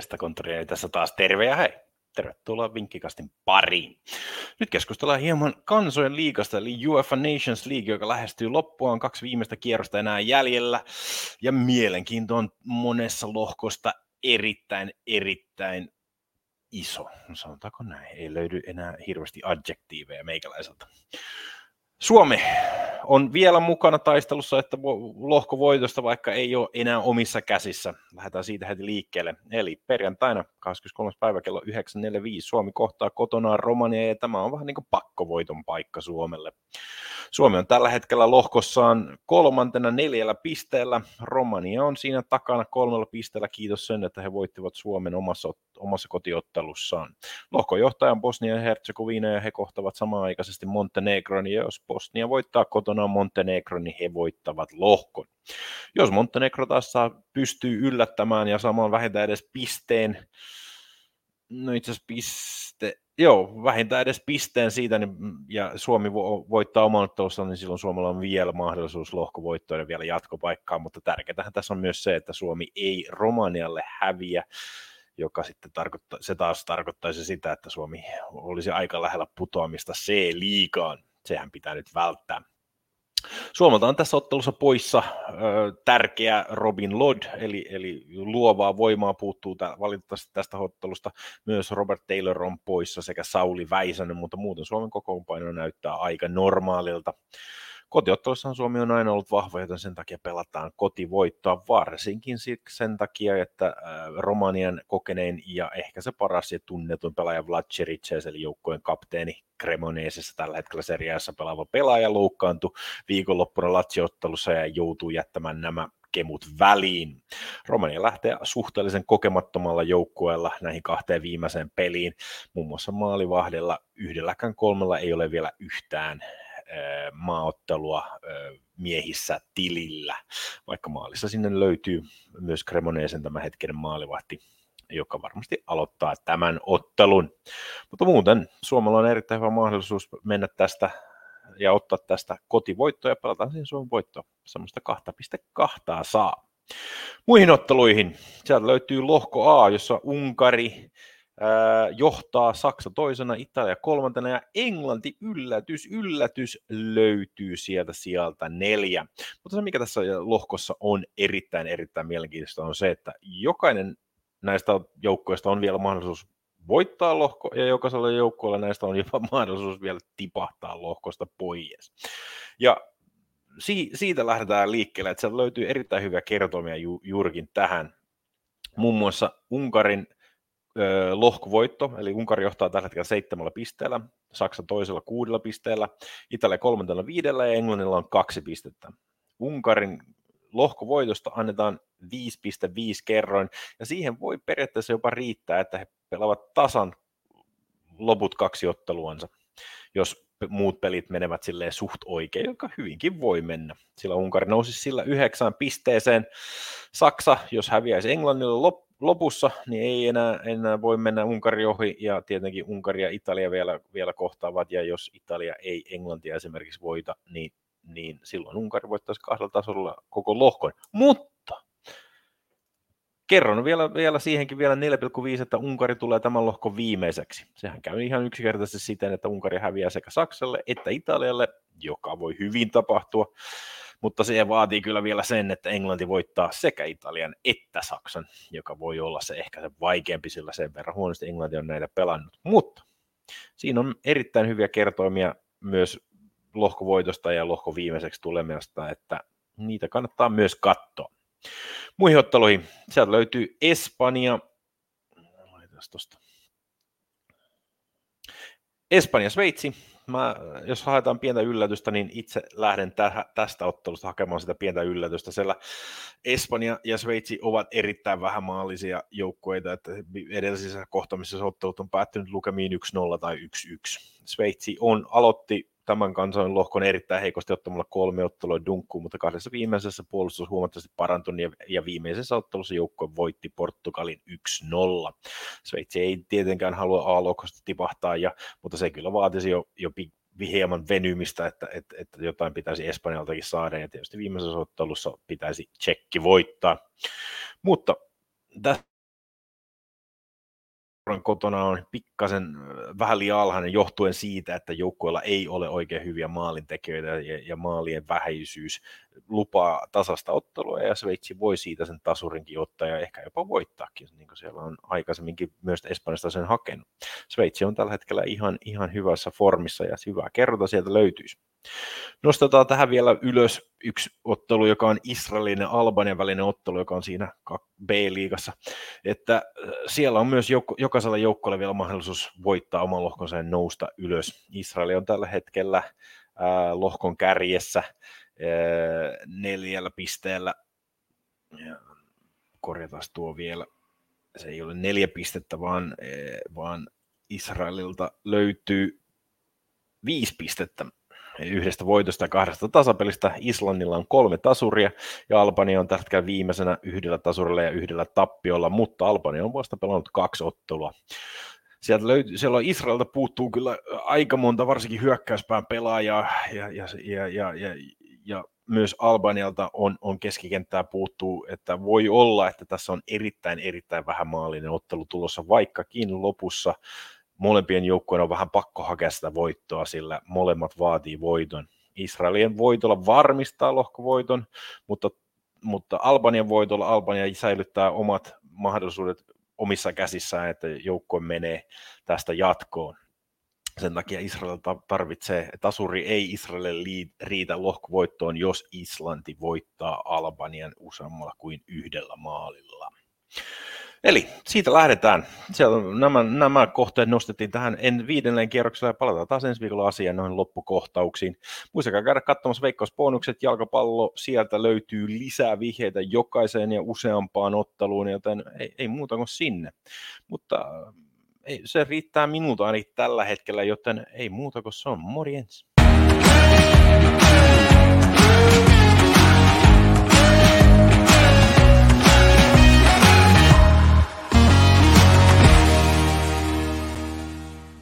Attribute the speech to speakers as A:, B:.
A: Gestakontoria tässä taas terve ja hei. Tervetuloa Vinkkikastin pariin. Nyt keskustellaan hieman kansojen liigasta, eli UEFA Nations League, joka lähestyy loppuaan. 2 viimeistä kierrosta enää jäljellä. Ja mielenkiinto on monessa lohkosta erittäin iso. Sanotaanko näin? Ei löydy enää hirveästi adjektiiveja meikäläiseltä. Suomi on vielä mukana taistelussa, että lohkovoitosta, vaikka ei ole enää omissa käsissä. Lähdetään siitä heti liikkeelle. Eli perjantaina 23. päivä kello 9.45 Suomi kohtaa kotonaan Romania, ja tämä on vähän niin kuin pakkovoiton paikka Suomelle. Suomi on tällä hetkellä lohkossaan 3. 4 pisteellä. Romania on siinä takana 3 pisteellä, kiitos sen, että he voittivat Suomen omassa kotiottelussaan. Lohkojohtaja on Bosnia ja Herzegovina, ja he kohtavat samanaikaisesti Montenegron, ja jos Bosnia voittaa kotonaan Montenegron, niin he voittavat lohkon. Jos Montenegro taas pystyy yllättämään ja saamaan vähintään edes pisteen, no itse asiassa vähintään edes pisteen siitä, niin, ja Suomi voittaa oman ottelussaan, niin silloin Suomella on vielä mahdollisuus lohkovoittoon ja vielä jatkopaikkaan, mutta tärkeätähän tässä on myös se, että Suomi ei Romanialle häviä, joka sitten taas tarkoittaisi sitä, että Suomi olisi aika lähellä putoamista C-liigaan. Sehän pitää nyt välttää. Suomelta on tässä ottelussa poissa tärkeä Robin Lod, eli luovaa voimaa puuttuu valitettavasti tästä ottelusta. Myös Robert Taylor on poissa sekä Sauli Väisänen, mutta muuten Suomen kokoonpano näyttää aika normaalilta. Kotiottelussahan Suomi on aina ollut vahva, joten sen takia pelataan kotivoittoa, varsinkin sen takia, että Romanian kokenein ja ehkä se paras ja tunnetun pelaaja Vlad Chiriches, eli joukkojen kapteeni Cremonesessa tällä hetkellä Serie A:ssa pelaava pelaaja, loukkaantui viikonloppuna Lazio-ottelussa ja joutuu jättämään nämä kemut väliin. Romania lähtee suhteellisen kokemattomalla joukkueella näihin 2 viimeiseen peliin. Muun muassa maalivahdella 1-3 ei ole vielä yhtään maaottelua miehissä tilillä, vaikka maalissa sinne löytyy myös Cremonesen tämä hetkinen maalivahti, joka varmasti aloittaa tämän ottelun. Mutta muuten Suomella on erittäin hyvä mahdollisuus mennä tästä ja ottaa tästä kotivoittoa ja pelataan siihen Suomen voittoa. Semmoista 2,2 saa. Muihin otteluihin. Sieltä löytyy lohko A, jossa Unkari johtaa, Saksa toisena, Italia 3. ja Englanti yllätys löytyy sieltä 4. Mutta se mikä tässä lohkossa on erittäin mielenkiintoista on se, että jokainen näistä joukkoista on vielä mahdollisuus voittaa lohko, ja jokaisella joukkueella näistä on jopa mahdollisuus vielä tipahtaa lohkosta pois. Ja siitä lähdetään liikkeelle, että sieltä löytyy erittäin hyviä kertomia juurikin tähän. Muun muassa Unkarin lohkovoitto, eli Unkari johtaa tällä hetkellä 7 pisteellä, Saksa toisella 6 pisteellä, Italia 3 5 ja Englannilla on 2 pistettä. Unkarin lohkovoitosta annetaan 5,5 kerroin, ja siihen voi periaatteessa jopa riittää, että he pelaavat tasan loput 2 otteluansa, jos muut pelit menevät silleen suht oikein, joka hyvinkin voi mennä. Sillä Unkari nousisi sillä 9 pisteeseen. Saksa, jos häviäisi Englannille lopussa, niin ei enää voi mennä Unkari ohi, ja tietenkin Unkari ja Italia vielä kohtaavat, ja jos Italia ei Englantia esimerkiksi voita, niin silloin Unkari voittaisi 2 tasolla koko lohkon. Mutta kerron vielä siihenkin vielä 4,5, että Unkari tulee tämän lohkon viimeiseksi. Sehän käy ihan yksinkertaisesti siten, että Unkari häviää sekä Saksalle että Italialle, joka voi hyvin tapahtua, mutta se vaatii kyllä vielä sen, että Englanti voittaa sekä Italian että Saksan, joka voi olla se ehkä se vaikeampi, sillä sen verran huonosti Englanti on näitä pelannut. Mutta siinä on erittäin hyviä kertoimia myös lohkovoitosta ja lohko viimeiseksi tulemasta, että niitä kannattaa myös katsoa. Muihin otteluihin. Sieltä löytyy Espanja. Espanja-Sveitsi. Jos haetaan pientä yllätystä, niin itse lähden tästä ottelusta hakemaan sitä pientä yllätystä, sillä Espanja ja Sveitsi ovat erittäin vähämaallisia joukkueita, että edellisissä kohtaamisissa ottelut on päättynyt lukemiin 1-0 tai 1-1. Sveitsi aloitti tämän kansan lohkon erittäin heikosti ottamalla 3 ottelua dunkkuun, mutta 2 viimeisessä puolustus huomattavasti parantunut ja viimeisessä ottelussa joukkue voitti Portugalin 1-0. Sveitsi ei tietenkään halua A-lohkosta tipahtaa, mutta se kyllä vaatisi jo hieman venymistä, että jotain pitäisi Espanjaltakin saada, ja tietysti viimeisessä ottelussa pitäisi tsekki voittaa. Mutta kotona on pikkasen vähän liian alhainen johtuen siitä, että joukkueella ei ole oikein hyviä maalintekijöitä ja maalien vähäisyys lupaa tasasta ottelua ja Sveitsi voi siitä sen tasurinkin ottaa ja ehkä jopa voittaakin, niin kuin siellä on aikaisemminkin myös Espanjasta sen hakenut. Sveitsi on tällä hetkellä ihan hyvässä formissa ja hyvää kerrota sieltä löytyisi. Nostetaan tähän vielä ylös yksi ottelu, joka on Israelin ja Albanian välinen ottelu, joka on siinä B-liigassa, että siellä on myös jokaisella joukkueella vielä mahdollisuus voittaa oman lohkonsa ja nousta ylös. Israel on tällä hetkellä lohkon kärjessä 4 pisteellä. Ja korjataan tuo vielä. Se ei ole 4 pistettä, vaan Israelilta löytyy 5 pistettä. 1 voitosta ja 2 tasapelistä. Islannilla on 3 tasuria ja Albania on tällä hetkellä viimeisenä 1 tasurilla ja 1 tappiolla, mutta Albania on vasta pelannut 2 ottelua. Siellä on Israelilta puuttuu kyllä aika monta, varsinkin hyökkäyspään pelaajaa ja myös Albanialta on keskikenttää puuttuu, että voi olla, että tässä on erittäin vähämaalinen ottelu tulossa, vaikkakin lopussa molempien joukkojen on vähän pakko hakea sitä voittoa, sillä molemmat vaatii voiton. Israelien voitolla varmistaa lohkovoiton, mutta Albanian voitolla Albania säilyttää omat mahdollisuudet omissa käsissään, että joukkue menee tästä jatkoon. Sen takia Israel tarvitsee, tasuri ei Israelille riitä lohkovoittoon, jos Islanti voittaa Albanian useammalla kuin 1 maalilla. Eli siitä lähdetään. Siellä nämä kohteet nostettiin tähän 5. kierroksella ja palataan taas ensi viikolla asiaan noihin loppukohtauksiin. Muistakaa käydä katsomassa veikkausbonukset, jalkapallo, sieltä löytyy lisää vihjeitä jokaiseen ja useampaan otteluun, joten ei muuta kuin sinne. Mutta se riittää minulta ainakin tällä hetkellä, joten ei muuta kuin se on morjens.